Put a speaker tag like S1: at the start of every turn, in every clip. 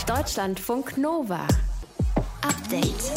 S1: Deutschlandfunk Nova. Update.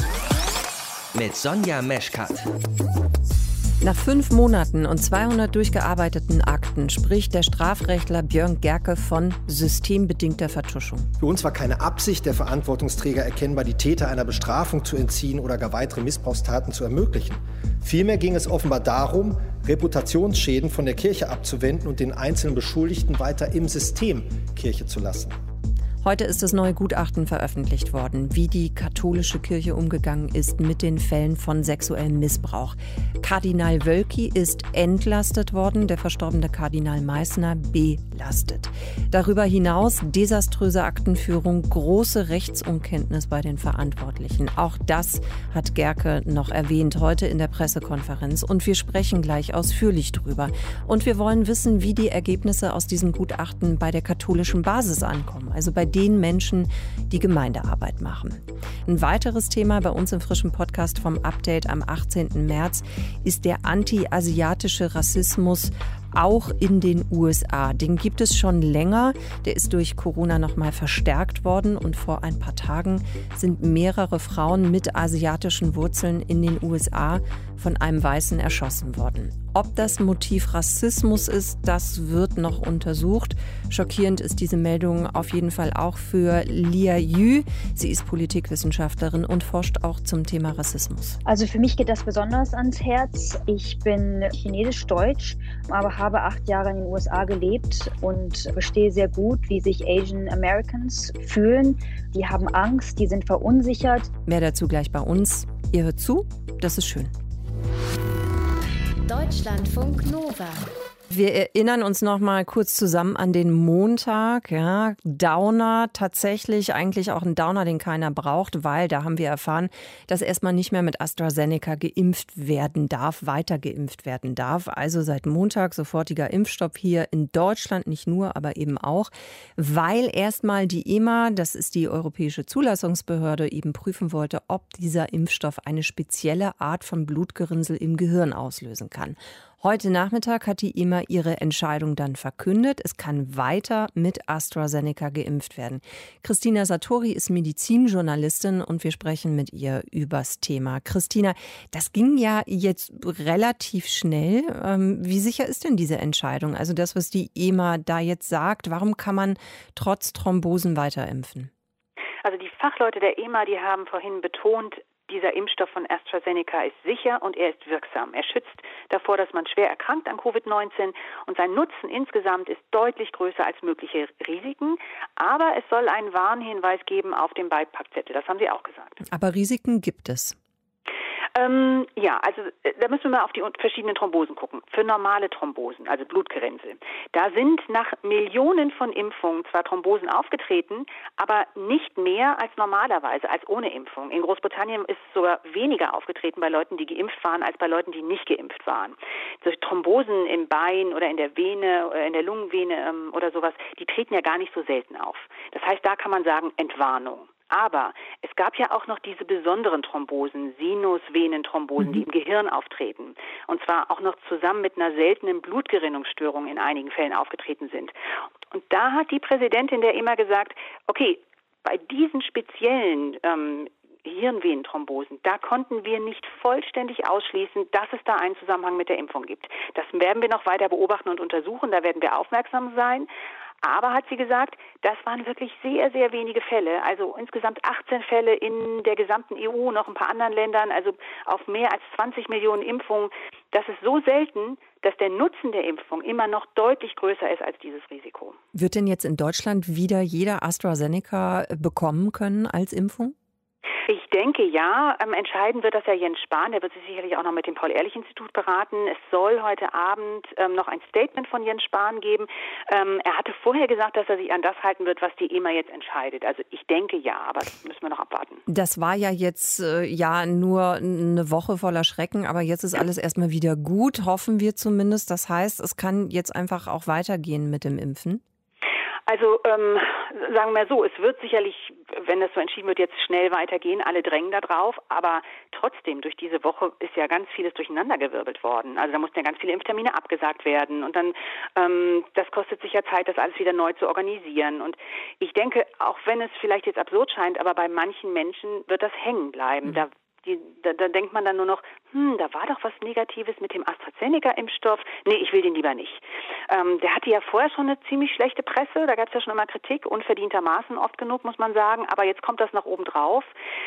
S2: Mit Sonja Meschkat.
S3: Nach 5 Monaten und 200 durchgearbeiteten Akten spricht der Strafrechtler Björn Gerke von systembedingter Vertuschung.
S4: Für uns war keine Absicht der Verantwortungsträger erkennbar, die Täter einer Bestrafung zu entziehen oder gar weitere Missbrauchstaten zu ermöglichen. Vielmehr ging es offenbar darum, Reputationsschäden von der Kirche abzuwenden und den einzelnen Beschuldigten weiter im System Kirche zu lassen.
S3: Heute ist das neue Gutachten veröffentlicht worden, wie die katholische Kirche umgegangen ist mit den Fällen von sexuellem Missbrauch. Kardinal Wölki ist entlastet worden, der verstorbene Kardinal Meissner belastet. Darüber hinaus desaströse Aktenführung, große Rechtsunkenntnis bei den Verantwortlichen. Auch das hat Gerke noch erwähnt heute in der Pressekonferenz. Und wir sprechen gleich ausführlich drüber. Und wir wollen wissen, wie die Ergebnisse aus diesem Gutachten bei der katholischen Basis ankommen, also bei den Menschen, die Gemeindearbeit machen. Ein weiteres Thema bei uns im frischen Podcast vom Update am 18. März ist der anti-asiatische Rassismus auch in den USA. Den gibt es schon länger. Der ist durch Corona noch mal verstärkt worden. Und vor ein paar Tagen sind mehrere Frauen mit asiatischen Wurzeln in den USA von einem Weißen erschossen worden. Ob das Motiv Rassismus ist, das wird noch untersucht. Schockierend ist diese Meldung auf jeden Fall auch für Lia Yu. Sie ist Politikwissenschaftlerin und forscht auch zum Thema Rassismus.
S5: Also für mich geht das besonders ans Herz. Ich bin chinesisch-deutsch, aber habe 8 Jahre in den USA gelebt und verstehe sehr gut, wie sich Asian Americans fühlen. Die haben Angst, die sind verunsichert.
S3: Mehr dazu gleich bei uns. Ihr hört zu, das ist schön.
S1: Deutschlandfunk Nova.
S3: Wir erinnern uns noch mal kurz zusammen an den Montag. Ja, Downer, tatsächlich eigentlich auch ein Downer, den keiner braucht, weil da haben wir erfahren, dass erstmal nicht mehr mit AstraZeneca geimpft werden darf, weiter geimpft werden darf. Also seit Montag sofortiger Impfstopp hier in Deutschland, nicht nur, aber eben auch, weil erstmal die EMA, das ist die Europäische Zulassungsbehörde, eben prüfen wollte, ob dieser Impfstoff eine spezielle Art von Blutgerinnsel im Gehirn auslösen kann. Heute Nachmittag hat die EMA ihre Entscheidung dann verkündet. Es kann weiter mit AstraZeneca geimpft werden. Christina Satori ist Medizinjournalistin und wir sprechen mit ihr übers Thema. Christina, das ging ja jetzt relativ schnell. Wie sicher ist denn diese Entscheidung? Also das, was die EMA da jetzt sagt, warum kann man trotz Thrombosen weiter impfen?
S6: Also die Fachleute der EMA, die haben vorhin betont, dieser Impfstoff von AstraZeneca ist sicher und er ist wirksam. Er schützt davor, dass man schwer erkrankt an Covid-19 und sein Nutzen insgesamt ist deutlich größer als mögliche Risiken. Aber es soll einen Warnhinweis geben auf dem Beipackzettel. Das haben Sie auch gesagt.
S3: Aber Risiken gibt es.
S6: Ja, also da müssen wir mal auf die verschiedenen Thrombosen gucken. Für normale Thrombosen, also Blutgerinnsel, da sind nach Millionen von Impfungen zwar Thrombosen aufgetreten, aber nicht mehr als normalerweise, als ohne Impfung. In Großbritannien ist es sogar weniger aufgetreten bei Leuten, die geimpft waren, als bei Leuten, die nicht geimpft waren. Solche Thrombosen im Bein oder in der Vene, in der Lungenvene oder sowas, die treten ja gar nicht so selten auf. Das heißt, da kann man sagen, Entwarnung. Aber es gab ja auch noch diese besonderen Thrombosen, Sinusvenenthrombosen, die im Gehirn auftreten. Und zwar auch noch zusammen mit einer seltenen Blutgerinnungsstörung in einigen Fällen aufgetreten sind. Und da hat die Präsidentin der EMA gesagt, okay, bei diesen speziellen Hirnvenenthrombosen, da konnten wir nicht vollständig ausschließen, dass es da einen Zusammenhang mit der Impfung gibt. Das werden wir noch weiter beobachten und untersuchen, da werden wir aufmerksam sein. Aber, hat sie gesagt, das waren wirklich sehr, sehr wenige Fälle. Also insgesamt 18 Fälle in der gesamten EU, noch ein paar anderen Ländern, also auf mehr als 20 Millionen Impfungen. Das ist so selten, dass der Nutzen der Impfung immer noch deutlich größer ist als dieses Risiko.
S3: Wird denn jetzt in Deutschland wieder jeder AstraZeneca bekommen können als Impfung?
S6: Ich denke ja. Entscheiden wird das ja Jens Spahn. Der wird sich sicherlich auch noch mit dem Paul-Ehrlich-Institut beraten. Es soll heute Abend noch ein Statement von Jens Spahn geben. Er hatte vorher gesagt, dass er sich an das halten wird, was die EMA jetzt entscheidet. Also ich denke ja, aber das müssen wir noch abwarten.
S3: Das war ja jetzt nur eine Woche voller Schrecken, aber jetzt ist alles erstmal wieder gut, hoffen wir zumindest. Das heißt, es kann jetzt einfach auch weitergehen mit dem Impfen?
S6: Also sagen wir so, es wird sicherlich, wenn das so entschieden wird, jetzt schnell weitergehen. Alle drängen da drauf. Aber trotzdem, durch diese Woche ist ja ganz vieles durcheinandergewirbelt worden. Also da mussten ja ganz viele Impftermine abgesagt werden. Und dann, das kostet sich ja Zeit, das alles wieder neu zu organisieren. Und ich denke, auch wenn es vielleicht jetzt absurd scheint, aber bei manchen Menschen wird das hängen bleiben. Da denkt man dann nur noch, da war doch was Negatives mit dem AstraZeneca-Impfstoff. Nee, ich will den lieber nicht. Der hatte ja vorher schon eine ziemlich schlechte Presse. Da gab es ja schon immer Kritik, unverdientermaßen oft genug, muss man sagen. Aber jetzt kommt das noch oben drauf.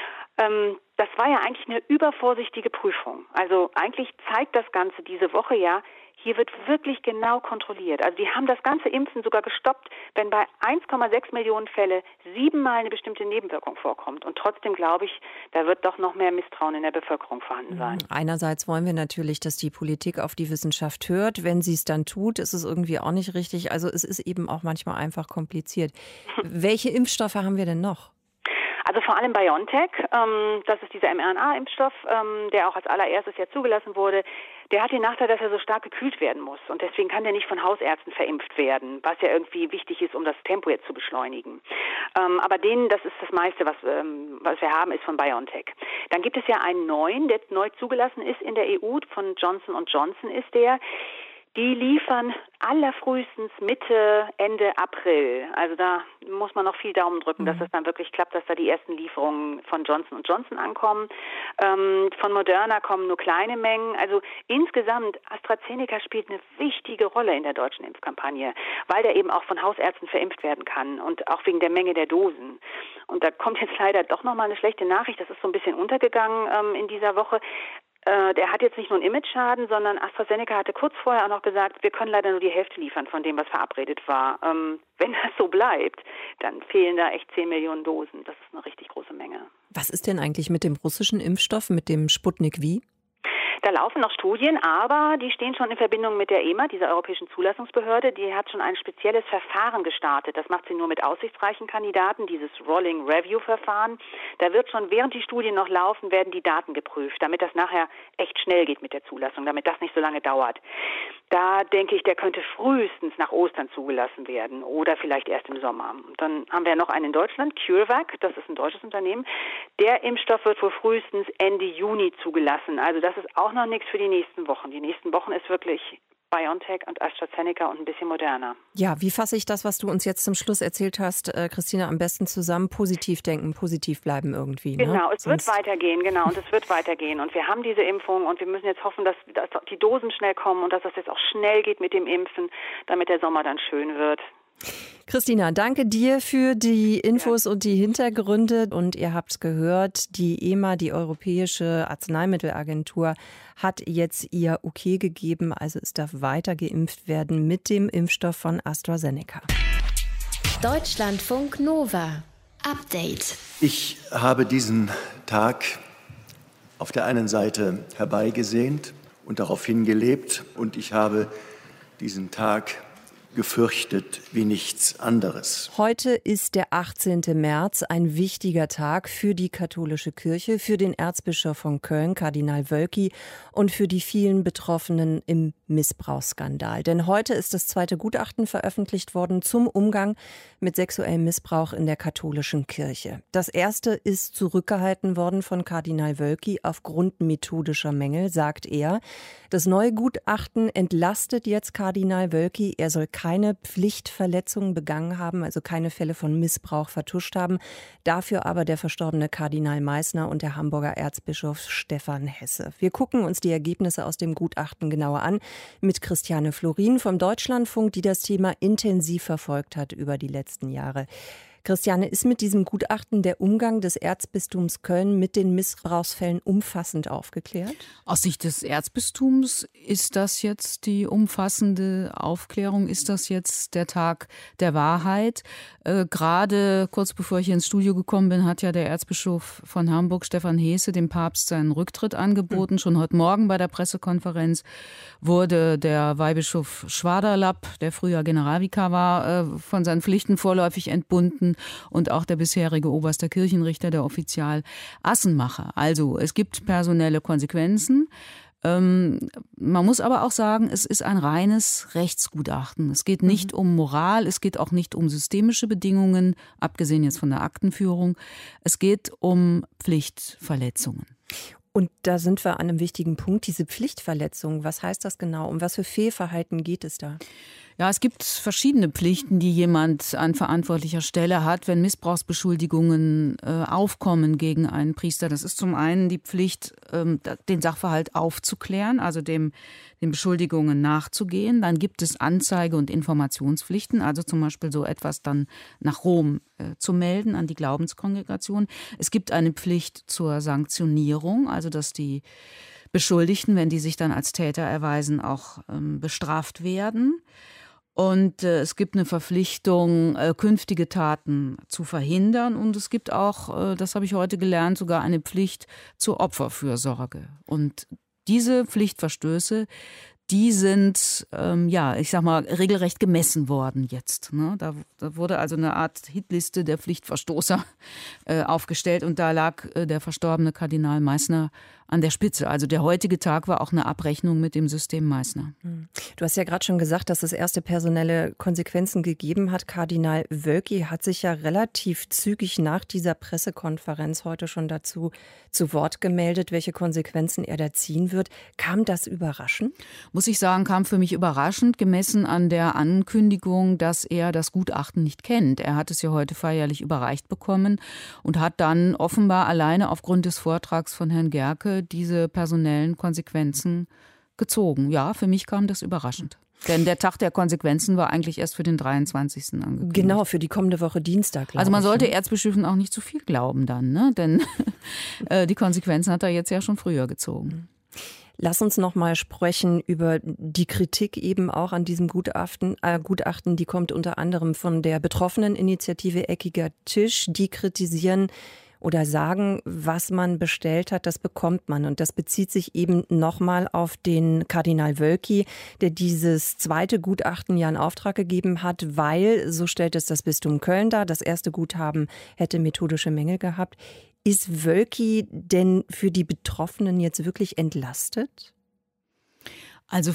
S6: Das war ja eigentlich eine übervorsichtige Prüfung. Also eigentlich zeigt das Ganze diese Woche ja, hier wird wirklich genau kontrolliert. Also die haben das ganze Impfen sogar gestoppt, wenn bei 1,6 Millionen Fälle 7-mal eine bestimmte Nebenwirkung vorkommt. Und trotzdem glaube ich, da wird doch noch mehr Misstrauen in der Bevölkerung vorhanden sein.
S3: Einerseits wollen wir natürlich, dass die Politik auf die Wissenschaft hört. Wenn sie es dann tut, ist es irgendwie auch nicht richtig. Also es ist eben auch manchmal einfach kompliziert. Welche Impfstoffe haben wir denn noch?
S6: Also vor allem BioNTech, das ist dieser mRNA-Impfstoff, der auch als allererstes ja zugelassen wurde. Der hat den Nachteil, dass er so stark gekühlt werden muss und deswegen kann der nicht von Hausärzten verimpft werden, was ja irgendwie wichtig ist, um das Tempo jetzt zu beschleunigen. Aber das ist das meiste, was wir haben, ist von BioNTech. Dann gibt es ja einen neuen, der neu zugelassen ist in der EU, von Johnson & Johnson ist der. Die liefern allerfrühestens Mitte, Ende April. Also da muss man noch viel Daumen drücken, dass es dann wirklich klappt, dass da die ersten Lieferungen von Johnson & Johnson ankommen. Von Moderna kommen nur kleine Mengen. Also insgesamt, AstraZeneca spielt eine wichtige Rolle in der deutschen Impfkampagne, weil der eben auch von Hausärzten verimpft werden kann und auch wegen der Menge der Dosen. Und da kommt jetzt leider doch nochmal eine schlechte Nachricht. Das ist so ein bisschen untergegangen in dieser Woche. Der hat jetzt nicht nur einen Image-Schaden, sondern AstraZeneca hatte kurz vorher auch noch gesagt, wir können leider nur die Hälfte liefern von dem, was verabredet war. Wenn das so bleibt, dann fehlen da echt 10 Millionen Dosen. Das ist eine richtig große Menge.
S3: Was ist denn eigentlich mit dem russischen Impfstoff, mit dem Sputnik V?
S6: Da laufen noch Studien, aber die stehen schon in Verbindung mit der EMA, dieser Europäischen Zulassungsbehörde. Die hat schon ein spezielles Verfahren gestartet. Das macht sie nur mit aussichtsreichen Kandidaten, dieses Rolling Review Verfahren. Da wird schon, während die Studien noch laufen, werden die Daten geprüft, damit das nachher echt schnell geht mit der Zulassung, damit das nicht so lange dauert. Da denke ich, der könnte frühestens nach Ostern zugelassen werden oder vielleicht erst im Sommer. Und dann haben wir noch einen in Deutschland, CureVac, das ist ein deutsches Unternehmen. Der Impfstoff wird wohl frühestens Ende Juni zugelassen. Also das ist auch noch nichts für die nächsten Wochen. Die nächsten Wochen ist wirklich BioNTech und AstraZeneca und ein bisschen Moderner.
S3: Ja, wie fasse ich das, was du uns jetzt zum Schluss erzählt hast, Christina, am besten zusammen? Positiv denken, positiv bleiben irgendwie. Ne?
S6: Genau, es wird weitergehen, und es wird weitergehen. Und wir haben diese Impfung und wir müssen jetzt hoffen, dass die Dosen schnell kommen und dass das jetzt auch schnell geht mit dem Impfen, damit der Sommer dann schön wird.
S3: Christina, danke dir für die Infos und die Hintergründe. Und ihr habt es gehört, die EMA, die Europäische Arzneimittelagentur, hat jetzt ihr Okay gegeben. Also es darf weiter geimpft werden mit dem Impfstoff von AstraZeneca.
S1: Deutschlandfunk Nova. Update.
S7: Ich habe diesen Tag auf der einen Seite herbeigesehnt und darauf hingelebt. Und ich habe diesen Tag gefürchtet wie nichts anderes.
S3: Heute ist der 18. März, ein wichtiger Tag für die katholische Kirche, für den Erzbischof von Köln, Kardinal Wölki, und für die vielen Betroffenen im Missbrauchsskandal. Denn heute ist das zweite Gutachten veröffentlicht worden zum Umgang mit sexuellem Missbrauch in der katholischen Kirche. Das erste ist zurückgehalten worden von Kardinal Wölki aufgrund methodischer Mängel, sagt er. Das neue Gutachten entlastet jetzt Kardinal Wölki. Er soll keine Pflichtverletzungen begangen haben, also keine Fälle von Missbrauch vertuscht haben. Dafür aber der verstorbene Kardinal Meissner und der Hamburger Erzbischof Stefan Hesse. Wir gucken uns die Ergebnisse aus dem Gutachten genauer an mit Christiane Florin vom Deutschlandfunk, die das Thema intensiv verfolgt hat über die letzten Jahre. Christiane, ist mit diesem Gutachten der Umgang des Erzbistums Köln mit den Missbrauchsfällen umfassend aufgeklärt?
S8: Aus Sicht des Erzbistums ist das jetzt die umfassende Aufklärung? Ist das jetzt der Tag der Wahrheit? Gerade kurz bevor ich ins Studio gekommen bin, hat ja der Erzbischof von Hamburg, Stefan Hesse, dem Papst seinen Rücktritt angeboten. Schon heute Morgen bei der Pressekonferenz wurde der Weihbischof Schwaderlapp, der früher Generalvikar war, von seinen Pflichten vorläufig entbunden. Und auch der bisherige oberste Kirchenrichter, der Offizial Assenmacher. Also es gibt personelle Konsequenzen. Man muss aber auch sagen, es ist ein reines Rechtsgutachten. Es geht nicht um Moral, es geht auch nicht um systemische Bedingungen, abgesehen jetzt von der Aktenführung. Es geht um Pflichtverletzungen.
S3: Und da sind wir an einem wichtigen Punkt, diese Pflichtverletzung. Was heißt das genau? Um was für Fehlverhalten geht es da?
S8: Ja, es gibt verschiedene Pflichten, die jemand an verantwortlicher Stelle hat, wenn Missbrauchsbeschuldigungen aufkommen gegen einen Priester. Das ist zum einen die Pflicht, den Sachverhalt aufzuklären, also den Beschuldigungen nachzugehen. Dann gibt es Anzeige- und Informationspflichten, also zum Beispiel so etwas dann nach Rom zu melden an die Glaubenskongregation. Es gibt eine Pflicht zur Sanktionierung, also dass die Beschuldigten, wenn die sich dann als Täter erweisen, auch bestraft werden. Und es gibt eine Verpflichtung, künftige Taten zu verhindern. Und es gibt auch, das habe ich heute gelernt, sogar eine Pflicht zur Opferfürsorge. Und diese Pflichtverstöße, die sind, ich sag mal, regelrecht gemessen worden jetzt. Ne? Da wurde also eine Art Hitliste der Pflichtverstoßer aufgestellt und da lag der verstorbene Kardinal Meissner an der Spitze. Also der heutige Tag war auch eine Abrechnung mit dem System Meissner.
S3: Du hast ja gerade schon gesagt, dass es erste personelle Konsequenzen gegeben hat. Kardinal Wölki hat sich ja relativ zügig nach dieser Pressekonferenz heute schon dazu zu Wort gemeldet, welche Konsequenzen er da ziehen wird. Kam das überraschend?
S8: Muss ich sagen, kam für mich überraschend, gemessen an der Ankündigung, dass er das Gutachten nicht kennt. Er hat es ja heute feierlich überreicht bekommen und hat dann offenbar alleine aufgrund des Vortrags von Herrn Gerke diese personellen Konsequenzen gezogen. Ja, für mich kam das überraschend. Denn der Tag der Konsequenzen war eigentlich erst für den 23. angekündigt.
S3: Genau, für die kommende Woche Dienstag.
S8: Also man sollte Erzbischöfen auch nicht zu viel glauben dann, ne? Denn die Konsequenzen hat er jetzt ja schon früher gezogen.
S3: Lass uns noch mal sprechen über die Kritik eben auch an diesem Gutachten. Die kommt unter anderem von der betroffenen Initiative Eckiger Tisch. Die kritisieren oder sagen, was man bestellt hat, das bekommt man. Und das bezieht sich eben nochmal auf den Kardinal Wölki, der dieses zweite Gutachten ja in Auftrag gegeben hat, weil, so stellt es das Bistum Köln dar, das erste Guthaben hätte methodische Mängel gehabt. Ist Wölki denn für die Betroffenen jetzt wirklich entlastet?
S8: Also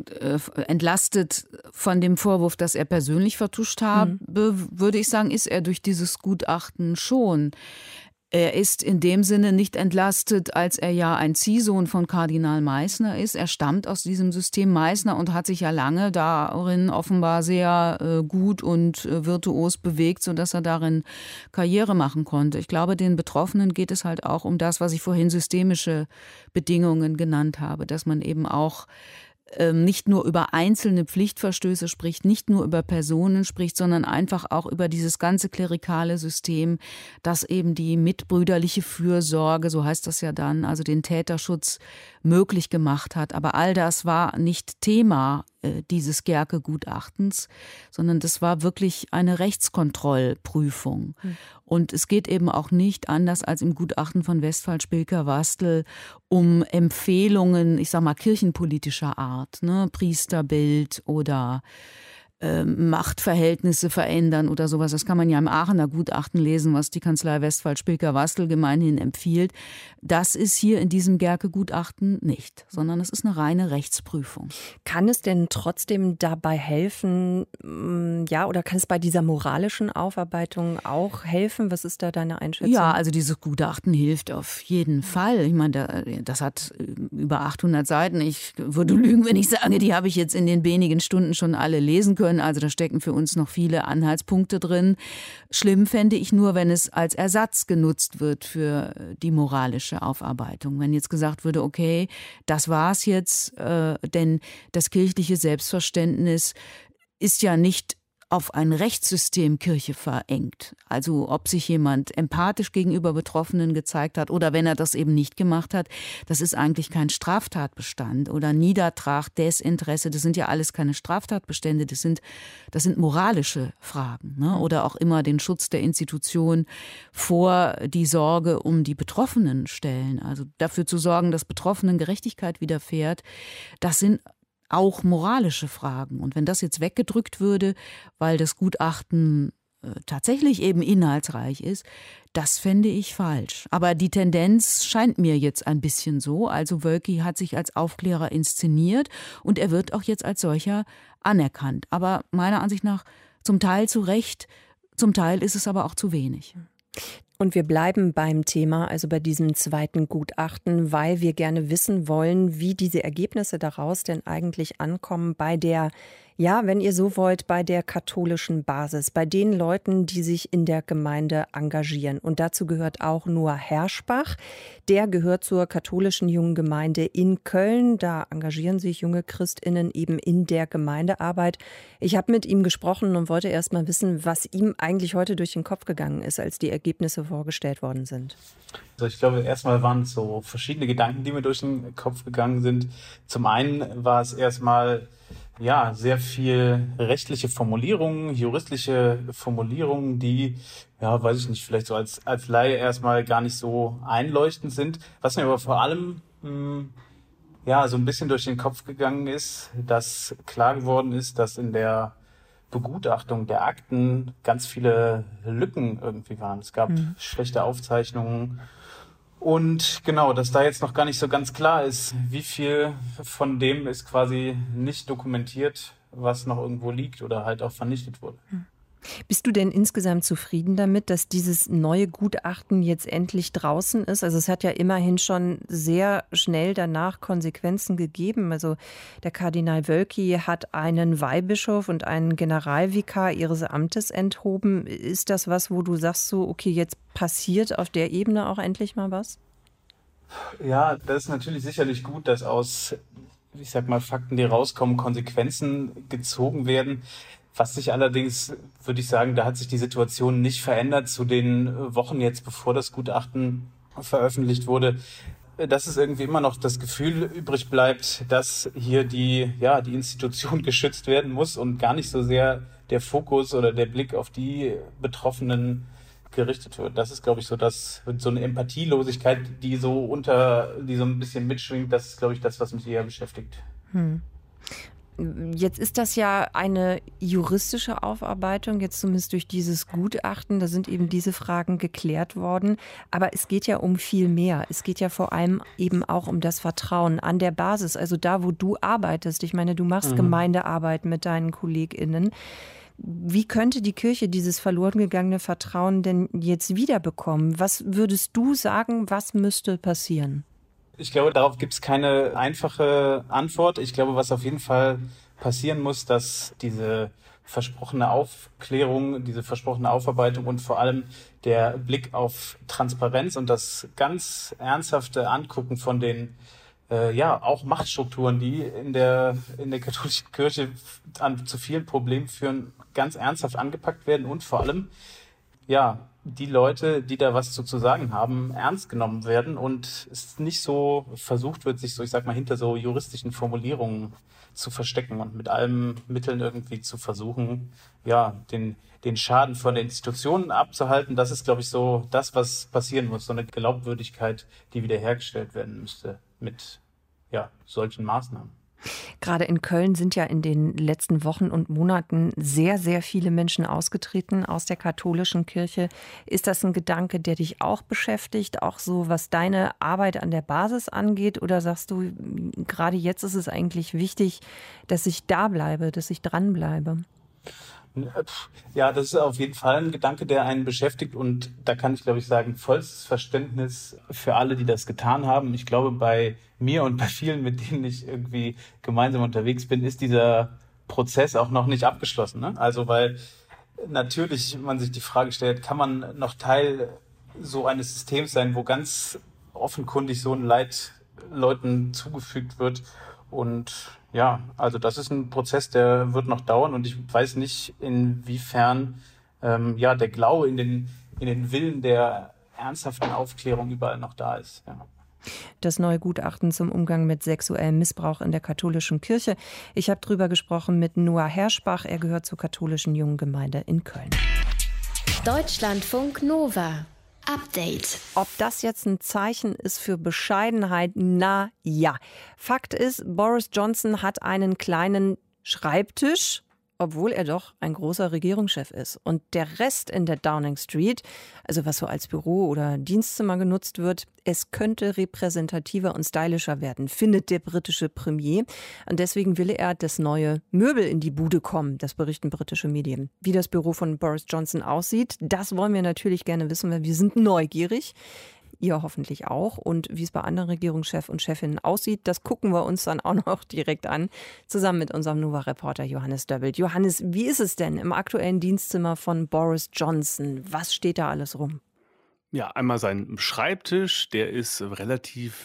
S8: entlastet von dem Vorwurf, dass er persönlich vertuscht habe, würde ich sagen, ist er durch dieses Gutachten schon. Er ist in dem Sinne nicht entlastet, als er ja ein Ziehsohn von Kardinal Meissner ist. Er stammt aus diesem System Meissner und hat sich ja lange darin offenbar sehr gut und virtuos bewegt, sodass er darin Karriere machen konnte. Ich glaube, den Betroffenen geht es halt auch um das, was ich vorhin systemische Bedingungen genannt habe, dass man eben auch nicht nur über einzelne Pflichtverstöße spricht, nicht nur über Personen spricht, sondern einfach auch über dieses ganze klerikale System, das eben die mitbrüderliche Fürsorge, so heißt das ja dann, also den Täterschutz möglich gemacht hat. Aber all das war nicht Thema dieses Gerke-Gutachtens, sondern das war wirklich eine Rechtskontrollprüfung. Und es geht eben auch nicht, anders als im Gutachten von Westphal, Spilker, Wastel, um Empfehlungen, ich sag mal, kirchenpolitischer Art, ne? Priesterbild oder Machtverhältnisse verändern oder sowas. Das kann man ja im Aachener Gutachten lesen, was die Kanzlei Westphal, Spilker, Wastel gemeinhin empfiehlt. Das ist hier in diesem Gerke-Gutachten nicht, sondern es ist eine reine Rechtsprüfung.
S3: Kann es denn trotzdem dabei helfen, oder kann es bei dieser moralischen Aufarbeitung auch helfen? Was ist da deine Einschätzung?
S8: Ja, also dieses Gutachten hilft auf jeden Fall. Ich meine, das hat über 800 Seiten. Ich würde lügen, wenn ich sage, die habe ich jetzt in den wenigen Stunden schon alle lesen können. Also da stecken für uns noch viele Anhaltspunkte drin. Schlimm fände ich nur, wenn es als Ersatz genutzt wird für die moralische Aufarbeitung. Wenn jetzt gesagt würde, okay, das war's jetzt, denn das kirchliche Selbstverständnis ist ja nicht auf ein Rechtssystem Kirche verengt. Also ob sich jemand empathisch gegenüber Betroffenen gezeigt hat oder wenn er das eben nicht gemacht hat, das ist eigentlich kein Straftatbestand oder Niedertracht, Desinteresse, das sind ja alles keine Straftatbestände, das sind moralische Fragen, ne? Oder auch immer den Schutz der Institution vor die Sorge um die Betroffenen stellen. Also dafür zu sorgen, dass Betroffenen Gerechtigkeit widerfährt, das sind auch moralische Fragen. Und wenn das jetzt weggedrückt würde, weil das Gutachten tatsächlich eben inhaltsreich ist, das fände ich falsch. Aber die Tendenz scheint mir jetzt ein bisschen so. Also Wölki hat sich als Aufklärer inszeniert und er wird auch jetzt als solcher anerkannt. Aber meiner Ansicht nach zum Teil zu Recht, zum Teil ist es aber auch zu wenig.
S3: Und wir bleiben beim Thema, also bei diesem zweiten Gutachten, weil wir gerne wissen wollen, wie diese Ergebnisse daraus denn eigentlich ankommen bei der, ja, wenn ihr so wollt, bei der katholischen Basis, bei den Leuten, die sich in der Gemeinde engagieren. Und dazu gehört auch Noah Herschbach. Der gehört zur katholischen jungen Gemeinde in Köln. Da engagieren sich junge ChristInnen eben in der Gemeindearbeit. Ich habe mit ihm gesprochen und wollte erst mal wissen, was ihm eigentlich heute durch den Kopf gegangen ist, als die Ergebnisse vorgestellt worden sind.
S9: Also ich glaube, erstmal waren es so verschiedene Gedanken, die mir durch den Kopf gegangen sind. Zum einen war es erstmal sehr viel rechtliche Formulierungen, juristische Formulierungen, die, weiß ich nicht, vielleicht so als Laie erstmal gar nicht so einleuchtend sind. Was mir aber vor allem so ein bisschen durch den Kopf gegangen ist, dass klar geworden ist, dass in der Begutachtung der Akten ganz viele Lücken irgendwie waren. Es gab schlechte Aufzeichnungen. Und genau, dass da jetzt noch gar nicht so ganz klar ist, wie viel von dem ist quasi nicht dokumentiert, was noch irgendwo liegt oder halt auch vernichtet wurde.
S3: Bist du denn insgesamt zufrieden damit, dass dieses neue Gutachten jetzt endlich draußen ist? Also es hat ja immerhin schon sehr schnell danach Konsequenzen gegeben. Also der Kardinal Wölki hat einen Weihbischof und einen Generalvikar ihres Amtes enthoben. Ist das was, wo du sagst so, okay, jetzt passiert auf der Ebene auch endlich mal was?
S9: Ja, das ist natürlich sicherlich gut, dass aus, Fakten, die rauskommen, Konsequenzen gezogen werden. Was sich allerdings, würde ich sagen, da hat sich die Situation nicht verändert zu den Wochen jetzt, bevor das Gutachten veröffentlicht wurde, dass es irgendwie immer noch das Gefühl übrig bleibt, dass hier die Institution geschützt werden muss und gar nicht so sehr der Fokus oder der Blick auf die Betroffenen gerichtet wird. Das ist, glaube ich, so eine Empathielosigkeit, die so ein bisschen mitschwingt. Das ist, glaube ich, das, was mich eher beschäftigt.
S3: Jetzt ist das ja eine juristische Aufarbeitung, jetzt zumindest durch dieses Gutachten. Da sind eben diese Fragen geklärt worden. Aber es geht ja um viel mehr. Es geht ja vor allem eben auch um das Vertrauen an der Basis, also da, wo du arbeitest. Ich meine, du machst Gemeindearbeit mit deinen KollegInnen. Wie könnte die Kirche dieses verloren gegangene Vertrauen denn jetzt wiederbekommen? Was würdest du sagen, was müsste passieren?
S9: Ich glaube, darauf gibt es keine einfache Antwort. Ich glaube, was auf jeden Fall passieren muss, dass diese versprochene Aufklärung, diese versprochene Aufarbeitung und vor allem der Blick auf Transparenz und das ganz ernsthafte Angucken von den auch Machtstrukturen, die in der katholischen Kirche zu vielen Problemen führen, ganz ernsthaft angepackt werden und vor allem die Leute, die da was zu sagen haben, ernst genommen werden und es nicht so versucht wird, sich so, hinter so juristischen Formulierungen zu verstecken und mit allen Mitteln irgendwie zu versuchen, den Schaden von den Institutionen abzuhalten. Das ist, glaube ich, so das, was passieren muss, so eine Glaubwürdigkeit, die wiederhergestellt werden müsste mit solchen Maßnahmen.
S3: Gerade in Köln sind ja in den letzten Wochen und Monaten sehr, sehr viele Menschen ausgetreten aus der katholischen Kirche. Ist das ein Gedanke, der dich auch beschäftigt, auch so was deine Arbeit an der Basis angeht? Oder sagst du, gerade jetzt ist es eigentlich wichtig, dass ich da bleibe, dass ich dranbleibe?
S9: Ja, das ist auf jeden Fall ein Gedanke, der einen beschäftigt und da kann ich, glaube ich, sagen, vollstes Verständnis für alle, die das getan haben. Ich glaube, bei mir und bei vielen, mit denen ich irgendwie gemeinsam unterwegs bin, ist dieser Prozess auch noch nicht abgeschlossen. Ne? Also, weil natürlich man sich die Frage stellt, kann man noch Teil so eines Systems sein, wo ganz offenkundig so ein Leid Leuten zugefügt wird und also das ist ein Prozess, der wird noch dauern und ich weiß nicht, inwiefern der Glaube in den Willen der ernsthaften Aufklärung überall noch da ist. Ja.
S3: Das neue Gutachten zum Umgang mit sexuellem Missbrauch in der katholischen Kirche. Ich habe drüber gesprochen mit Noah Herschbach. Er gehört zur katholischen jungen Gemeinde in Köln.
S1: Deutschlandfunk Nova. Update.
S3: Ob das jetzt ein Zeichen ist für Bescheidenheit? Na ja. Fakt ist, Boris Johnson hat einen kleinen Schreibtisch obwohl er doch ein großer Regierungschef ist. Und der Rest in der Downing Street, also was so als Büro oder Dienstzimmer genutzt wird, es könnte repräsentativer und stylischer werden, findet der britische Premier. Und deswegen will er, dass neue Möbel in die Bude kommen, das berichten britische Medien. Wie das Büro von Boris Johnson aussieht, das wollen wir natürlich gerne wissen, weil wir sind neugierig. Ihr hoffentlich auch. Und wie es bei anderen Regierungschefs und Chefinnen aussieht, das gucken wir uns dann auch noch direkt an, zusammen mit unserem NUVA-Reporter Johannes Döbbelt. Johannes, wie ist es denn im aktuellen Dienstzimmer von Boris Johnson? Was steht da alles rum?
S10: Ja, einmal sein Schreibtisch, der ist relativ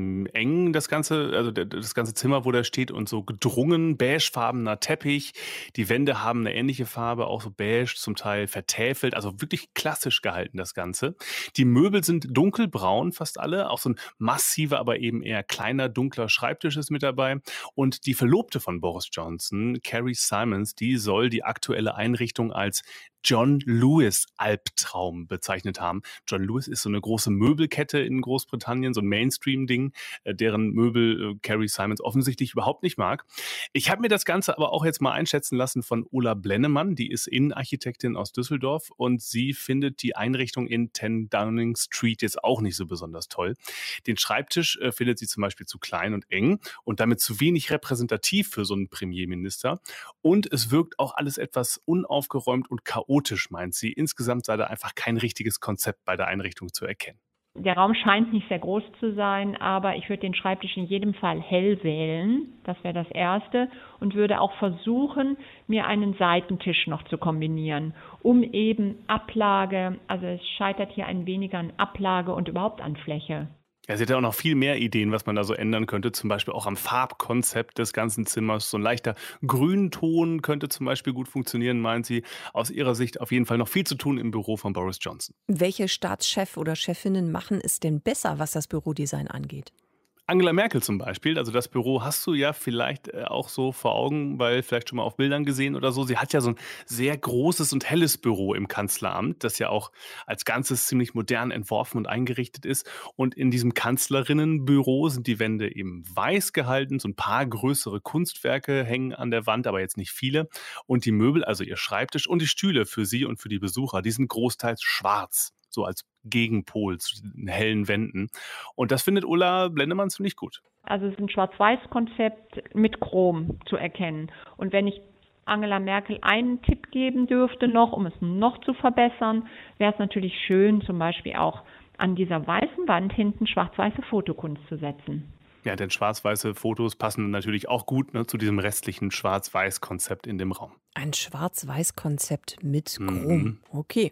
S10: eng, das ganze, also das ganze Zimmer, wo der steht, und so gedrungen, beigefarbener Teppich. Die Wände haben eine ähnliche Farbe, auch so beige, zum Teil vertäfelt, also wirklich klassisch gehalten, das Ganze. Die Möbel sind dunkelbraun, fast alle, auch so ein massiver, aber eben eher kleiner, dunkler Schreibtisch ist mit dabei. Und die Verlobte von Boris Johnson, Carrie Simons, die soll die aktuelle Einrichtung als John Lewis Albtraum bezeichnet haben. John Lewis ist so eine große Möbelkette in Großbritannien, so ein Mainstream-Ding, deren Möbel Carrie Simons offensichtlich überhaupt nicht mag. Ich habe mir das Ganze aber auch jetzt mal einschätzen lassen von Ulla Blennemann, die ist Innenarchitektin aus Düsseldorf, und sie findet die Einrichtung in 10 Downing Street jetzt auch nicht so besonders toll. Den Schreibtisch findet sie zum Beispiel zu klein und eng und damit zu wenig repräsentativ für so einen Premierminister. Und es wirkt auch alles etwas unaufgeräumt und chaotisch, meint sie. Insgesamt sei da einfach kein richtiges Konzept bei der Einrichtung zu erkennen.
S11: Der Raum scheint nicht sehr groß zu sein, aber ich würde den Schreibtisch in jedem Fall hell wählen. Das wäre das Erste. Und würde auch versuchen, mir einen Seitentisch noch zu kombinieren, um eben Ablage, also es scheitert hier ein wenig an Ablage und überhaupt an Fläche.
S10: Ja, sie hat ja auch noch viel mehr Ideen, was man da so ändern könnte. Zum Beispiel auch am Farbkonzept des ganzen Zimmers. So ein leichter Grünton könnte zum Beispiel gut funktionieren, meint sie. Aus ihrer Sicht auf jeden Fall noch viel zu tun im Büro von Boris Johnson.
S3: Welche Staatschef oder Chefinnen machen es denn besser, was das Bürodesign angeht?
S10: Angela Merkel zum Beispiel, also das Büro hast du ja vielleicht auch so vor Augen, weil vielleicht schon mal auf Bildern gesehen oder so. Sie hat ja so ein sehr großes und helles Büro im Kanzleramt, das ja auch als Ganzes ziemlich modern entworfen und eingerichtet ist. Und in diesem Kanzlerinnenbüro sind die Wände eben weiß gehalten. So ein paar größere Kunstwerke hängen an der Wand, aber jetzt nicht viele. Und die Möbel, also ihr Schreibtisch und die Stühle für sie und für die Besucher, die sind großteils schwarz. So als Gegenpol zu den hellen Wänden. Und das findet Ulla Blennemann ziemlich gut.
S11: Also es ist ein Schwarz-Weiß-Konzept mit Chrom zu erkennen. Und wenn ich Angela Merkel einen Tipp geben dürfte noch, um es noch zu verbessern, wäre es natürlich schön, zum Beispiel auch an dieser weißen Wand hinten schwarz-weiße Fotokunst zu setzen.
S10: Ja, denn schwarz-weiße Fotos passen natürlich auch gut zu diesem restlichen Schwarz-Weiß-Konzept in dem Raum.
S3: Ein Schwarz-Weiß-Konzept mit Chrom. Okay.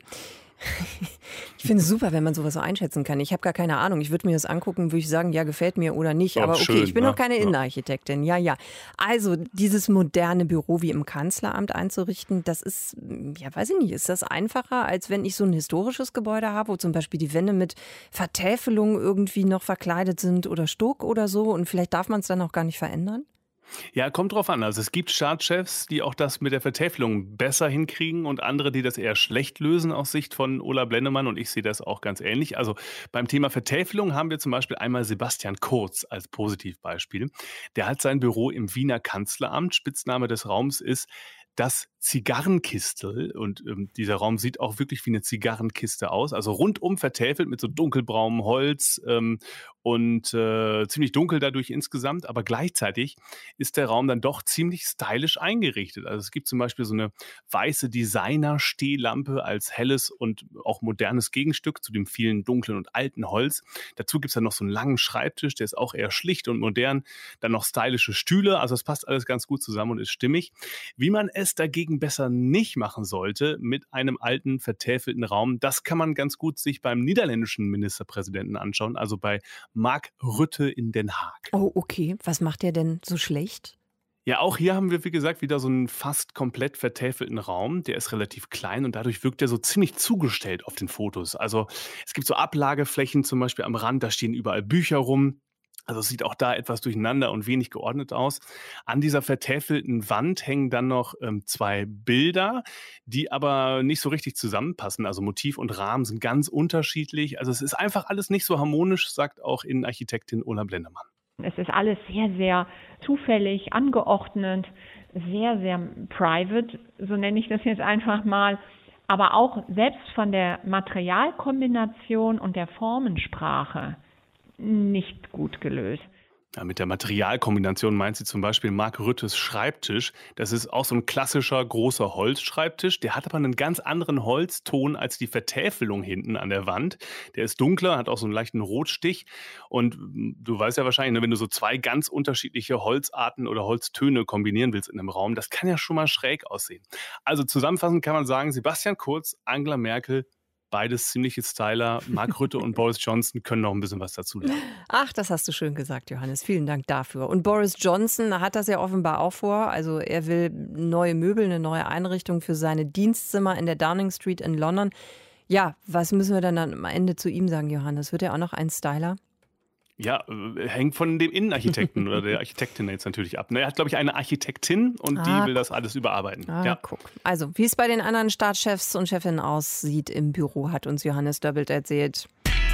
S3: Ich finde es super, wenn man sowas so einschätzen kann. Ich habe gar keine Ahnung. Ich würde mir das angucken, würde ich sagen, ja, gefällt mir oder nicht. Aber okay, schön, ich bin noch keine Innenarchitektin. Ja. Also dieses moderne Büro wie im Kanzleramt einzurichten, das ist, ja, weiß ich nicht, ist das einfacher, als wenn ich so ein historisches Gebäude habe, wo zum Beispiel die Wände mit Vertäfelung irgendwie noch verkleidet sind oder Stuck oder so, und vielleicht darf man es dann auch gar nicht verändern?
S10: Ja, kommt drauf an. Also es gibt Staatschefs, die auch das mit der Vertäfelung besser hinkriegen und andere, die das eher schlecht lösen aus Sicht von Ulla Blennemann, und ich sehe das auch ganz ähnlich. Also beim Thema Vertäfelung haben wir zum Beispiel einmal Sebastian Kurz als Positivbeispiel. Der hat sein Büro im Wiener Kanzleramt. Spitzname des Raums ist das Zigarrenkistel, und dieser Raum sieht auch wirklich wie eine Zigarrenkiste aus, also rundum vertäfelt mit so dunkelbraunem Holz und ziemlich dunkel dadurch insgesamt, aber gleichzeitig ist der Raum dann doch ziemlich stylisch eingerichtet. Also es gibt zum Beispiel so eine weiße Designer-Stehlampe als helles und auch modernes Gegenstück zu dem vielen dunklen und alten Holz. Dazu gibt es dann noch so einen langen Schreibtisch, der ist auch eher schlicht und modern, dann noch stylische Stühle, also es passt alles ganz gut zusammen und ist stimmig. Wie man es dagegen besser nicht machen sollte mit einem alten, vertäfelten Raum, das kann man ganz gut sich beim niederländischen Ministerpräsidenten anschauen, also bei Mark Rutte in Den Haag.
S3: Oh, okay. Was macht der denn so schlecht?
S10: Ja, auch hier haben wir, wie gesagt, wieder so einen fast komplett vertäfelten Raum. Der ist relativ klein und dadurch wirkt er so ziemlich zugestellt auf den Fotos. Also es gibt so Ablageflächen zum Beispiel am Rand, da stehen überall Bücher rum. Also es sieht auch da etwas durcheinander und wenig geordnet aus. An dieser vertäfelten Wand hängen dann noch 2 Bilder, die aber nicht so richtig zusammenpassen. Also Motiv und Rahmen sind ganz unterschiedlich. Also es ist einfach alles nicht so harmonisch, sagt auch Innenarchitektin Ulla Blennemann.
S11: Es ist alles sehr, sehr zufällig angeordnet. sehr, sehr private, so nenne ich das jetzt einfach mal, aber auch selbst von der Materialkombination und der Formensprache nicht gut gelöst.
S10: Ja, mit der Materialkombination meint sie zum Beispiel Mark Rüttes Schreibtisch. Das ist auch so ein klassischer großer Holzschreibtisch. Der hat aber einen ganz anderen Holzton als die Vertäfelung hinten an der Wand. Der ist dunkler, hat auch so einen leichten Rotstich. Und du weißt ja wahrscheinlich, wenn du so zwei ganz unterschiedliche Holzarten oder Holztöne kombinieren willst in einem Raum, das kann ja schon mal schräg aussehen. Also zusammenfassend kann man sagen, Sebastian Kurz, Angela Merkel, beides ziemliche Styler. Mark Rutte und Boris Johnson können noch ein bisschen was dazu lernen.
S3: Ach, das hast du schön gesagt, Johannes. Vielen Dank dafür. Und Boris Johnson hat das ja offenbar auch vor. Also er will neue Möbel, eine neue Einrichtung für seine Dienstzimmer in der Downing Street in London. Ja, was müssen wir dann am Ende zu ihm sagen, Johannes? Wird er auch noch ein Styler?
S10: Ja, hängt von dem Innenarchitekten oder der Architektin jetzt natürlich ab. Er hat, glaube ich, eine Architektin und die will das alles überarbeiten. Ja.
S3: Guck. Also, wie es bei den anderen Staatschefs und Chefinnen aussieht im Büro, hat uns Johannes Döbbelt erzählt.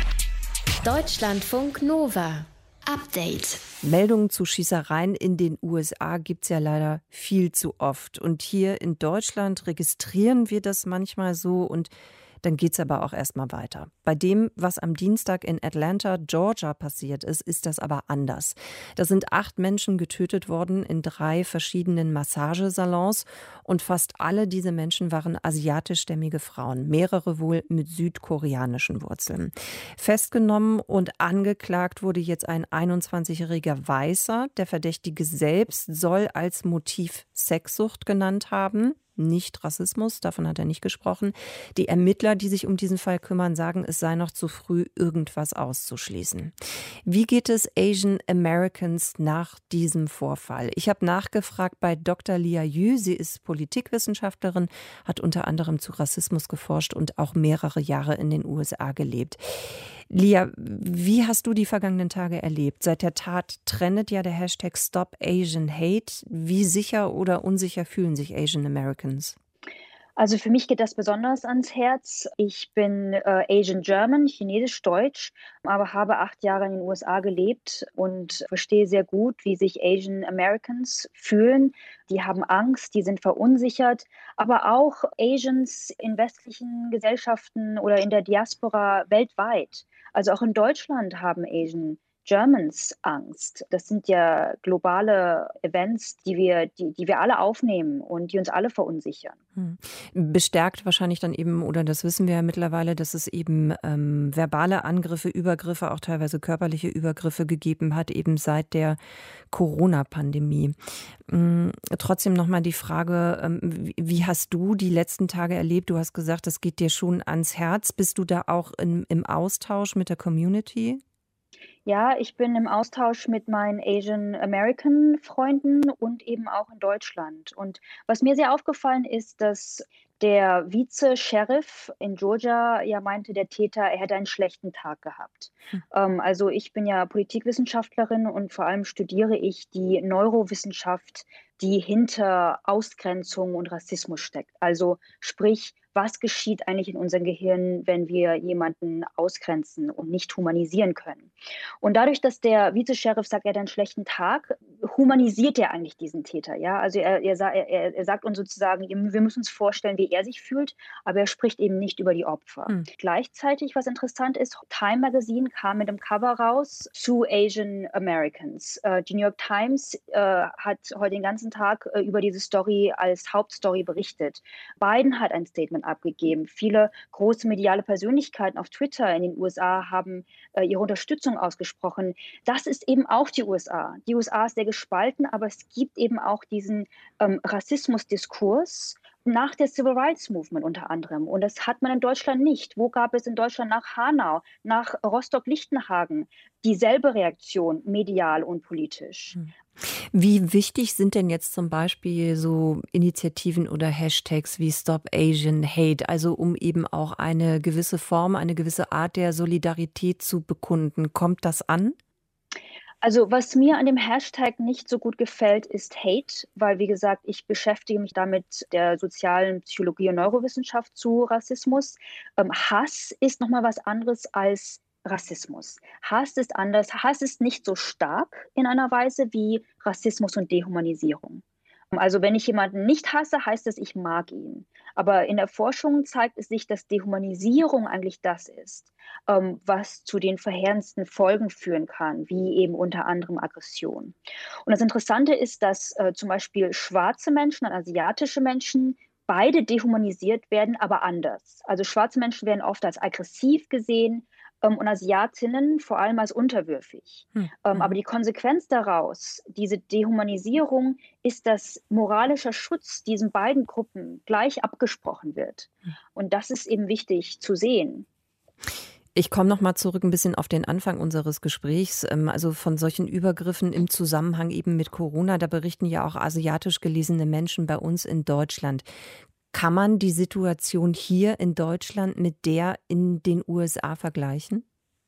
S1: Deutschlandfunk Nova. Update.
S3: Meldungen zu Schießereien in den USA gibt es ja leider viel zu oft. Und hier in Deutschland registrieren wir das manchmal so und dann geht es aber auch erstmal weiter. Bei dem, was am Dienstag in Atlanta, Georgia passiert ist, ist das aber anders. Da sind 8 Menschen getötet worden in 3 verschiedenen Massagesalons und fast alle diese Menschen waren asiatischstämmige Frauen, mehrere wohl mit südkoreanischen Wurzeln. Festgenommen und angeklagt wurde jetzt ein 21-jähriger Weißer. Der Verdächtige selbst soll als Motiv Sexsucht genannt haben. Nicht Rassismus, davon hat er nicht gesprochen. Die Ermittler, die sich um diesen Fall kümmern, sagen, es sei noch zu früh, irgendwas auszuschließen. Wie geht es Asian Americans nach diesem Vorfall? Ich habe nachgefragt bei Dr. Lia Yu. Sie ist Politikwissenschaftlerin, hat unter anderem zu Rassismus geforscht und auch mehrere Jahre in den USA gelebt. Lia, wie hast du die vergangenen Tage erlebt? Seit der Tat trendet ja der Hashtag Stop Asian Hate. Wie sicher oder unsicher fühlen sich Asian Americans?
S5: Also für mich geht das besonders ans Herz. Ich bin Asian German, chinesisch-deutsch, aber habe 8 Jahre in den USA gelebt und verstehe sehr gut, wie sich Asian Americans fühlen. Die haben Angst, die sind verunsichert, aber auch Asians in westlichen Gesellschaften oder in der Diaspora weltweit. Also auch in Deutschland haben Asian Germans Angst. Das sind ja globale Events, die wir alle aufnehmen und die uns alle verunsichern.
S3: Bestärkt wahrscheinlich dann eben, oder das wissen wir ja mittlerweile, dass es eben verbale Angriffe, Übergriffe, auch teilweise körperliche Übergriffe gegeben hat, eben seit der Corona-Pandemie. Trotzdem nochmal die Frage, wie hast du die letzten Tage erlebt? Du hast gesagt, das geht dir schon ans Herz. Bist du da auch im Austausch mit der Community?
S5: Ja, ich bin im Austausch mit meinen Asian American Freunden und eben auch in Deutschland. Und was mir sehr aufgefallen ist, dass der Vize-Sheriff in Georgia ja meinte, der Täter, er hätte einen schlechten Tag gehabt. Also ich bin ja Politikwissenschaftlerin und vor allem studiere ich die Neurowissenschaft, die hinter Ausgrenzung und Rassismus steckt. Also sprich, was geschieht eigentlich in unserem Gehirn, wenn wir jemanden ausgrenzen und nicht humanisieren können? Und dadurch, dass der Vize-Sheriff sagt, er hat einen schlechten Tag, humanisiert er eigentlich diesen Täter. Ja? Also er sagt uns sozusagen, wir müssen uns vorstellen, wie er sich fühlt, aber er spricht eben nicht über die Opfer. Gleichzeitig, was interessant ist, Time Magazine kam mit einem Cover raus zu Asian Americans. Die New York Times hat heute den ganzen Tag über diese Story als Hauptstory berichtet. Biden hat ein Statement abgegeben. Viele große mediale Persönlichkeiten auf Twitter in den USA haben ihre Unterstützung ausgesprochen. Das ist eben auch die USA. Die USA ist sehr gespalten, aber es gibt eben auch diesen Rassismusdiskurs nach der Civil Rights Movement unter anderem. Und das hat man in Deutschland nicht. Wo gab es in Deutschland nach Hanau, nach Rostock-Lichtenhagen dieselbe Reaktion, medial und politisch?
S3: Wie wichtig sind denn jetzt zum Beispiel so Initiativen oder Hashtags wie Stop Asian Hate, also um eben auch eine gewisse Form, eine gewisse Art der Solidarität zu bekunden? Kommt das an?
S5: Also was mir an dem Hashtag nicht so gut gefällt, ist Hate, weil wie gesagt, ich beschäftige mich damit der sozialen Psychologie und Neurowissenschaft zu Rassismus. Hass ist nochmal was anderes als Rassismus. Hass ist anders. Hass ist nicht so stark in einer Weise wie Rassismus und Dehumanisierung. Also wenn ich jemanden nicht hasse, heißt es, ich mag ihn. Aber in der Forschung zeigt es sich, dass Dehumanisierung eigentlich das ist, was zu den verheerendsten Folgen führen kann, wie eben unter anderem Aggression. Und das Interessante ist, dass zum Beispiel schwarze Menschen und asiatische Menschen beide dehumanisiert werden, aber anders. Also schwarze Menschen werden oft als aggressiv gesehen, und Asiatinnen vor allem als unterwürfig. Aber die Konsequenz daraus, diese Dehumanisierung, ist, dass moralischer Schutz diesen beiden Gruppen gleich abgesprochen wird. Und das ist eben wichtig zu sehen.
S3: Ich komme noch mal zurück ein bisschen auf den Anfang unseres Gesprächs, also von solchen Übergriffen im Zusammenhang eben mit Corona. Da berichten ja auch asiatisch gelesene Menschen bei uns in Deutschland. Kann man die Situation hier in Deutschland mit der in den USA vergleichen?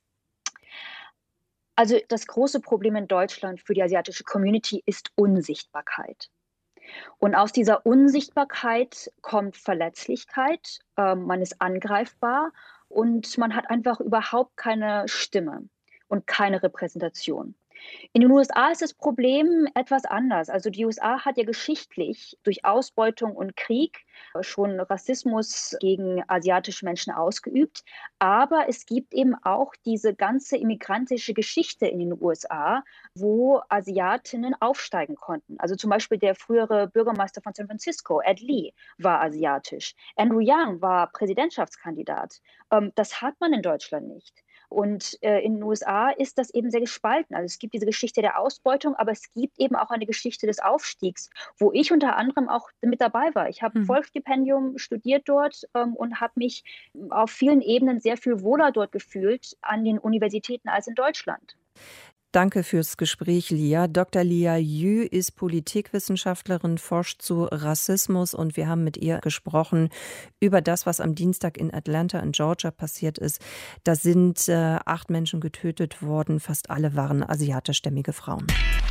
S5: Also das große Problem in Deutschland für die asiatische Community ist Unsichtbarkeit. Und aus dieser Unsichtbarkeit kommt Verletzlichkeit, man ist angreifbar und man hat einfach überhaupt keine Stimme und keine Repräsentation. In den USA ist das Problem etwas anders. Also die USA hat ja geschichtlich durch Ausbeutung und Krieg schon Rassismus gegen asiatische Menschen ausgeübt. Aber es gibt eben auch diese ganze immigrantische Geschichte in den USA, wo Asiatinnen aufsteigen konnten. Also zum Beispiel der frühere Bürgermeister von San Francisco, Ed Lee, war asiatisch. Andrew Yang war Präsidentschaftskandidat. Das hat man in Deutschland nicht. Und in den USA ist das eben sehr gespalten. Also es gibt diese Geschichte der Ausbeutung, aber es gibt eben auch eine Geschichte des Aufstiegs, wo ich unter anderem auch mit dabei war. Ich habe Vollstipendium studiert dort und habe mich auf vielen Ebenen sehr viel wohler dort gefühlt an den Universitäten als in Deutschland.
S3: Danke fürs Gespräch, Lia. Dr. Lia Yu ist Politikwissenschaftlerin, forscht zu Rassismus und wir haben mit ihr gesprochen über das, was am Dienstag in Atlanta in Georgia passiert ist. Da sind 8 Menschen getötet worden, fast alle waren asiatischstämmige Frauen.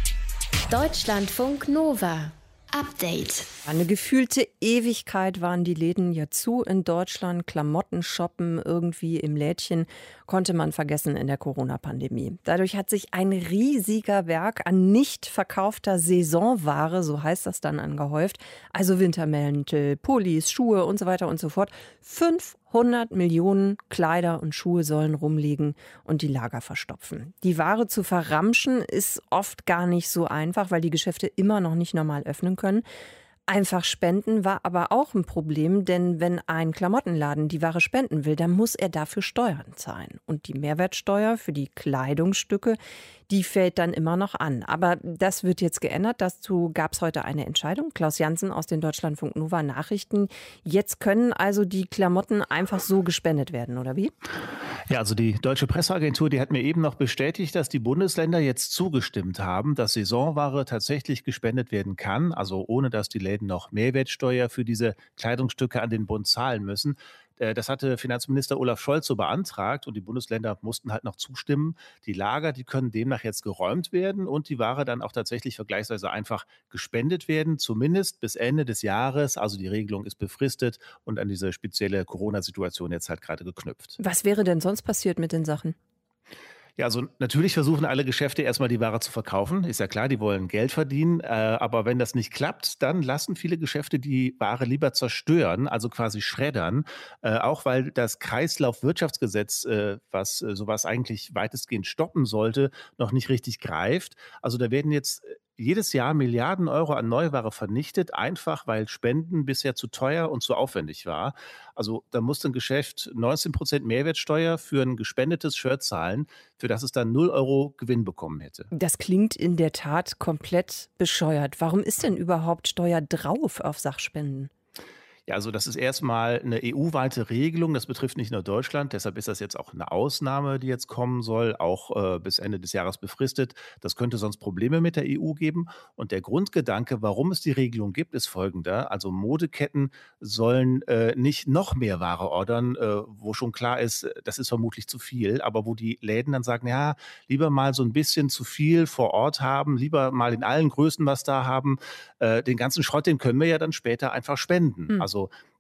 S1: Deutschlandfunk Nova. Update.
S3: Eine gefühlte Ewigkeit waren die Läden ja zu in Deutschland. Klamotten shoppen irgendwie im Lädchen konnte man vergessen in der Corona-Pandemie. Dadurch hat sich ein riesiger Berg an nicht verkaufter Saisonware, so heißt das dann, angehäuft. Also Wintermäntel, Pullis, Schuhe und so weiter und so fort. 500 Millionen Kleider und Schuhe sollen rumliegen und die Lager verstopfen. Die Ware zu verramschen ist oft gar nicht so einfach, weil die Geschäfte immer noch nicht normal öffnen können. Einfach spenden war aber auch ein Problem, denn wenn ein Klamottenladen die Ware spenden will, dann muss er dafür Steuern zahlen. Und die Mehrwertsteuer für die Kleidungsstücke, die fällt dann immer noch an. Aber das wird jetzt geändert. Dazu gab es heute eine Entscheidung. Klaus Jansen aus den Deutschlandfunk Nova Nachrichten. Jetzt können also die Klamotten einfach so gespendet werden, oder wie?
S12: Ja, also die Deutsche Presseagentur, die hat mir eben noch bestätigt, dass die Bundesländer jetzt zugestimmt haben, dass Saisonware tatsächlich gespendet werden kann, also ohne dass die Läden noch Mehrwertsteuer für diese Kleidungsstücke an den Bund zahlen müssen. Das hatte Finanzminister Olaf Scholz so beantragt und die Bundesländer mussten halt noch zustimmen. Die Lager, die können demnach jetzt geräumt werden und die Ware dann auch tatsächlich vergleichsweise einfach gespendet werden, zumindest bis Ende des Jahres. Also die Regelung ist befristet und an diese spezielle Corona-Situation jetzt halt gerade geknüpft.
S3: Was wäre denn sonst passiert mit den Sachen?
S12: Ja, also natürlich versuchen alle Geschäfte erstmal die Ware zu verkaufen. Ist ja klar, die wollen Geld verdienen. Aber wenn das nicht klappt, dann lassen viele Geschäfte die Ware lieber zerstören, also quasi schreddern. Auch weil das Kreislaufwirtschaftsgesetz, was sowas eigentlich weitestgehend stoppen sollte, noch nicht richtig greift. Also da werden jetzt jedes Jahr Milliarden Euro an Neuware vernichtet, einfach weil Spenden bisher zu teuer und zu aufwendig war. Also da musste ein Geschäft 19% Mehrwertsteuer für ein gespendetes Shirt zahlen, für das es dann 0 Euro Gewinn bekommen hätte.
S3: Das klingt in der Tat komplett bescheuert. Warum ist denn überhaupt Steuer drauf auf Sachspenden?
S12: Ja, also das ist erstmal eine EU-weite Regelung. Das betrifft nicht nur Deutschland. Deshalb ist das jetzt auch eine Ausnahme, die jetzt kommen soll, auch bis Ende des Jahres befristet. Das könnte sonst Probleme mit der EU geben. Und der Grundgedanke, warum es die Regelung gibt, ist folgender. Also Modeketten sollen nicht noch mehr Ware ordern, wo schon klar ist, das ist vermutlich zu viel. Aber wo die Läden dann sagen, ja, lieber mal so ein bisschen zu viel vor Ort haben, lieber mal in allen Größen was da haben. Den ganzen Schrott, den können wir ja dann später einfach spenden. Also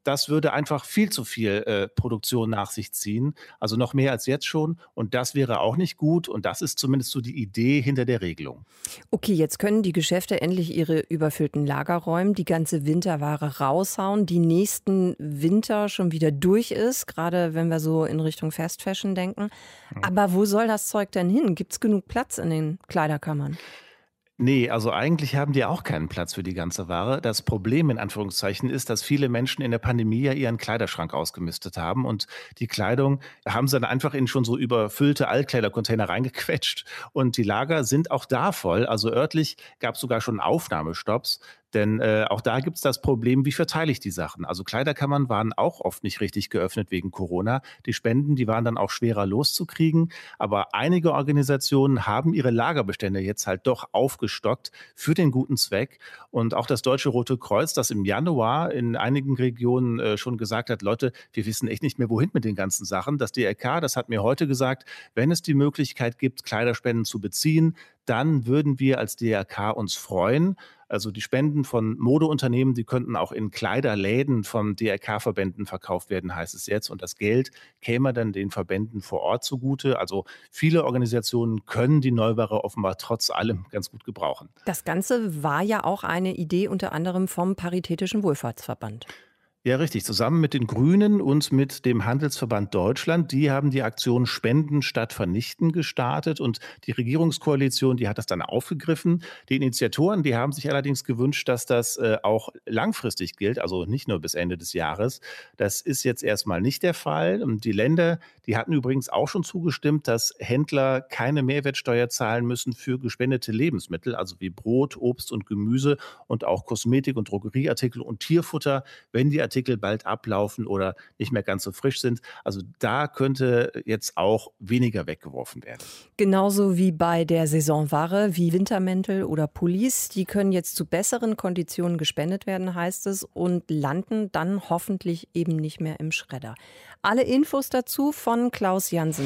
S12: das würde einfach viel zu viel Produktion nach sich ziehen, also noch mehr als jetzt schon. Und das wäre auch nicht gut. Und das ist zumindest so die Idee hinter der Regelung.
S3: Okay, jetzt können die Geschäfte endlich ihre überfüllten Lager räumen, die ganze Winterware raushauen, die nächsten Winter schon wieder durch ist, gerade wenn wir so in Richtung Fast Fashion denken. Aber wo soll das Zeug denn hin? Gibt es genug Platz in den Kleiderkammern?
S12: Nee, also eigentlich haben die auch keinen Platz für die ganze Ware. Das Problem in Anführungszeichen ist, dass viele Menschen in der Pandemie ja ihren Kleiderschrank ausgemistet haben und die Kleidung haben sie dann einfach in schon so überfüllte Altkleidercontainer reingequetscht und die Lager sind auch da voll. Also örtlich gab es sogar schon Aufnahmestopps. Denn auch da gibt es das Problem, wie verteile ich die Sachen? Also Kleiderkammern waren auch oft nicht richtig geöffnet wegen Corona. Die Spenden, die waren dann auch schwerer loszukriegen. Aber einige Organisationen haben ihre Lagerbestände jetzt halt doch aufgestockt für den guten Zweck. Und auch das Deutsche Rote Kreuz, das im Januar in einigen Regionen schon gesagt hat, Leute, wir wissen echt nicht mehr, wohin mit den ganzen Sachen. Das DRK, das hat mir heute gesagt, wenn es die Möglichkeit gibt, Kleiderspenden zu beziehen, dann würden wir als DRK uns freuen. Also die Spenden von Modeunternehmen, die könnten auch in Kleiderläden von DRK-Verbänden verkauft werden, heißt es jetzt. Und das Geld käme dann den Verbänden vor Ort zugute. Also viele Organisationen können die Neuware offenbar trotz allem ganz gut gebrauchen.
S3: Das Ganze war ja auch eine Idee unter anderem vom Paritätischen Wohlfahrtsverband.
S12: Ja, richtig. Zusammen mit den Grünen und mit dem Handelsverband Deutschland, die haben die Aktion Spenden statt Vernichten gestartet und die Regierungskoalition, die hat das dann aufgegriffen. Die Initiatoren, die haben sich allerdings gewünscht, dass das auch langfristig gilt, also nicht nur bis Ende des Jahres. Das ist jetzt erstmal nicht der Fall. Und die Länder, die hatten übrigens auch schon zugestimmt, dass Händler keine Mehrwertsteuer zahlen müssen für gespendete Lebensmittel, also wie Brot, Obst und Gemüse und auch Kosmetik- und Drogerieartikel und Tierfutter, wenn die Artikel bald ablaufen oder nicht mehr ganz so frisch sind. Also da könnte jetzt auch weniger weggeworfen werden.
S3: Genauso wie bei der Saisonware wie Wintermäntel oder Pullis. Die können jetzt zu besseren Konditionen gespendet werden, heißt es, und landen dann hoffentlich eben nicht mehr im Schredder. Alle Infos dazu von Klaus Jansen.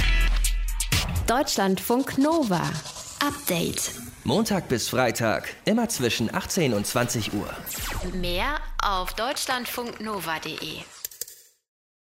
S1: Deutschlandfunk Nova. Update.
S2: Montag bis Freitag, immer zwischen 18 und 20 Uhr.
S1: Mehr auf deutschlandfunknova.de.